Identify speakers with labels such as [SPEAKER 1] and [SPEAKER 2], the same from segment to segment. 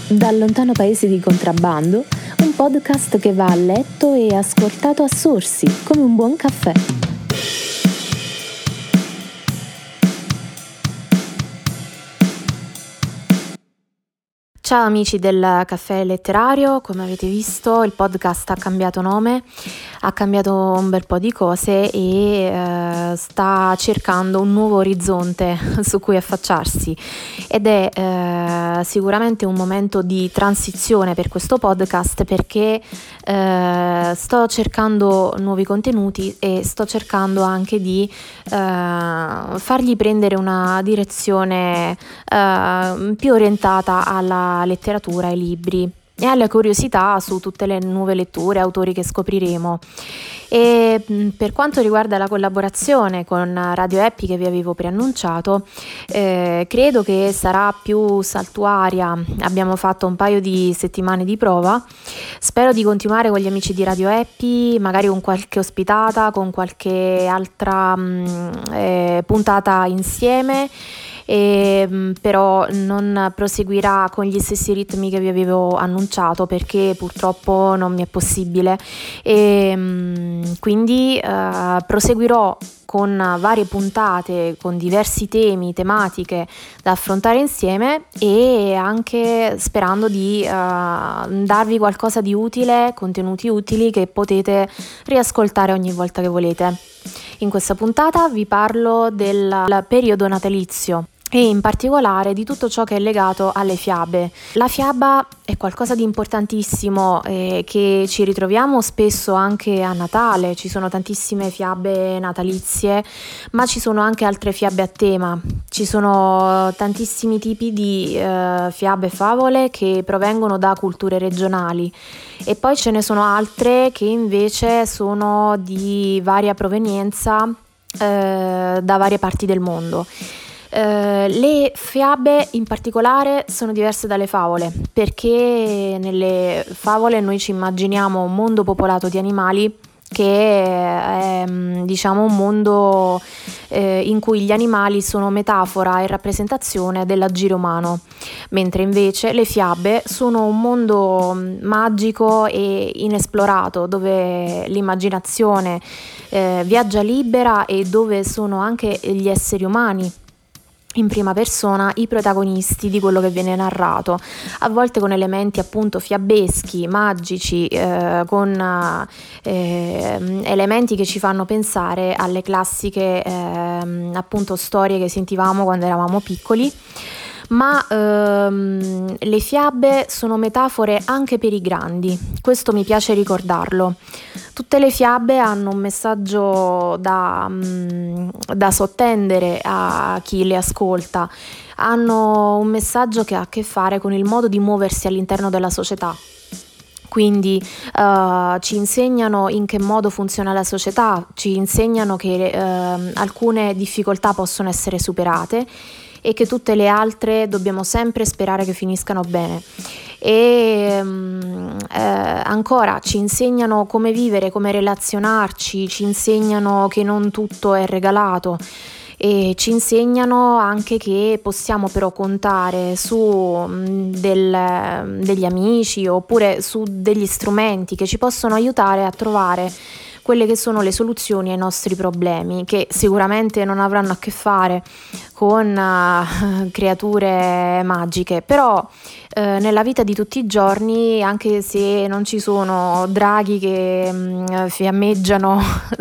[SPEAKER 1] Dal lontano paese di contrabbando, un podcast che va a letto e ascoltato a sorsi, come un buon caffè. Ciao amici del Caffè Letterario, come avete visto il podcast ha cambiato nome, ha cambiato un bel po' di cose e sta cercando un nuovo orizzonte su cui affacciarsi ed è sicuramente un momento di transizione per questo podcast perché sto cercando nuovi contenuti e sto cercando anche di fargli prendere una direzione più orientata alla letteratura, ai libri e alle curiosità su tutte le nuove letture, autori che scopriremo. E per quanto riguarda la collaborazione con Radio Happy che vi avevo preannunciato, credo che sarà più saltuaria. Abbiamo fatto un paio di settimane di prova, spero di continuare con gli amici di Radio Happy, magari con qualche ospitata, con qualche altra puntata insieme. Però non proseguirà con gli stessi ritmi che vi avevo annunciato perché purtroppo non mi è possibile quindi proseguirò con varie puntate, con diversi temi, tematiche da affrontare insieme e anche sperando di darvi qualcosa di utile, contenuti utili che potete riascoltare ogni volta che volete. In questa puntata vi parlo del periodo natalizio e in particolare di tutto ciò che è legato alle fiabe. La fiaba è qualcosa di importantissimo che ci ritroviamo spesso anche a Natale, ci sono tantissime fiabe natalizie, ma ci sono anche altre fiabe a tema, ci sono tantissimi tipi di fiabe e favole che provengono da culture regionali e poi ce ne sono altre che invece sono di varia provenienza da varie parti del mondo. Le fiabe in particolare sono diverse dalle favole perché nelle favole noi ci immaginiamo un mondo popolato di animali che è diciamo un mondo in cui gli animali sono metafora e rappresentazione dell'agire umano, mentre invece le fiabe sono un mondo magico e inesplorato dove l'immaginazione viaggia libera e dove sono anche gli esseri umani in prima persona i protagonisti di quello che viene narrato, a volte con elementi appunto fiabeschi, magici, con elementi che ci fanno pensare alle classiche appunto storie che sentivamo quando eravamo piccoli. Ma le fiabe sono metafore anche per i grandi, questo mi piace ricordarlo. Tutte le fiabe hanno un messaggio da sottendere a chi le ascolta, hanno un messaggio che ha a che fare con il modo di muoversi all'interno della società. Quindi ci insegnano in che modo funziona la società, ci insegnano che alcune difficoltà possono essere superate e che tutte le altre dobbiamo sempre sperare che finiscano bene. E ancora ci insegnano come vivere, come relazionarci, ci insegnano che non tutto è regalato e ci insegnano anche che possiamo però contare su degli amici oppure su degli strumenti che ci possono aiutare a trovare quelle che sono le soluzioni ai nostri problemi, che sicuramente non avranno a che fare con creature magiche, però nella vita di tutti i giorni, anche se non ci sono draghi che fiammeggiano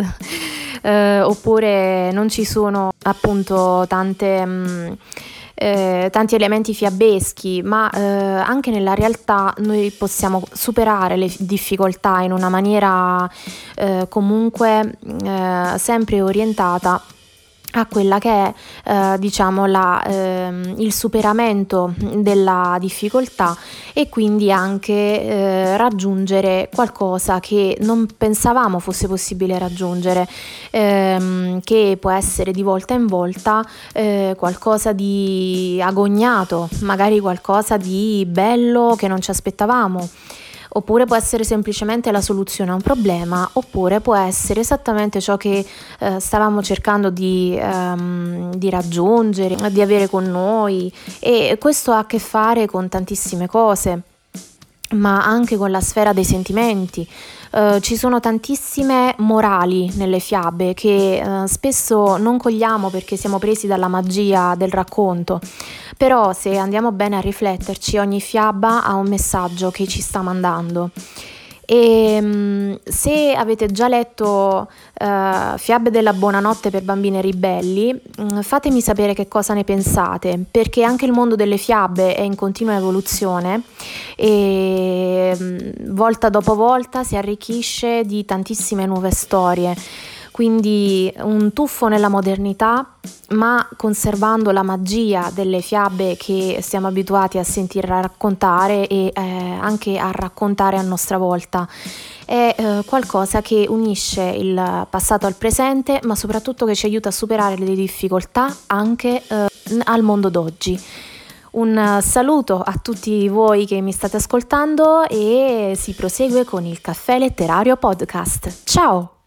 [SPEAKER 1] oppure non ci sono appunto tanti elementi fiabeschi, ma anche nella realtà noi possiamo superare le difficoltà in una maniera comunque sempre orientata a quella che è diciamo il superamento della difficoltà e quindi anche raggiungere qualcosa che non pensavamo fosse possibile raggiungere, che può essere di volta in volta qualcosa di agognato, magari qualcosa di bello che non ci aspettavamo, oppure può essere semplicemente la soluzione a un problema, oppure può essere esattamente ciò che stavamo cercando di raggiungere, di avere con noi, e questo ha a che fare con tantissime cose, ma anche con la sfera dei sentimenti. Ci sono tantissime morali nelle fiabe che spesso non cogliamo perché siamo presi dalla magia del racconto, però se andiamo bene a rifletterci, ogni fiaba ha un messaggio che ci sta mandando. E se avete già letto Fiabe della buonanotte per bambine ribelli, fatemi sapere che cosa ne pensate, perché anche il mondo delle fiabe è in continua evoluzione e volta dopo volta si arricchisce di tantissime nuove storie. Quindi un tuffo nella modernità, ma conservando la magia delle fiabe che siamo abituati a sentir raccontare e anche a raccontare a nostra volta. È qualcosa che unisce il passato al presente, ma soprattutto che ci aiuta a superare le difficoltà anche al mondo d'oggi. Un saluto a tutti voi che mi state ascoltando e si prosegue con il Caffè Letterario Podcast. Ciao!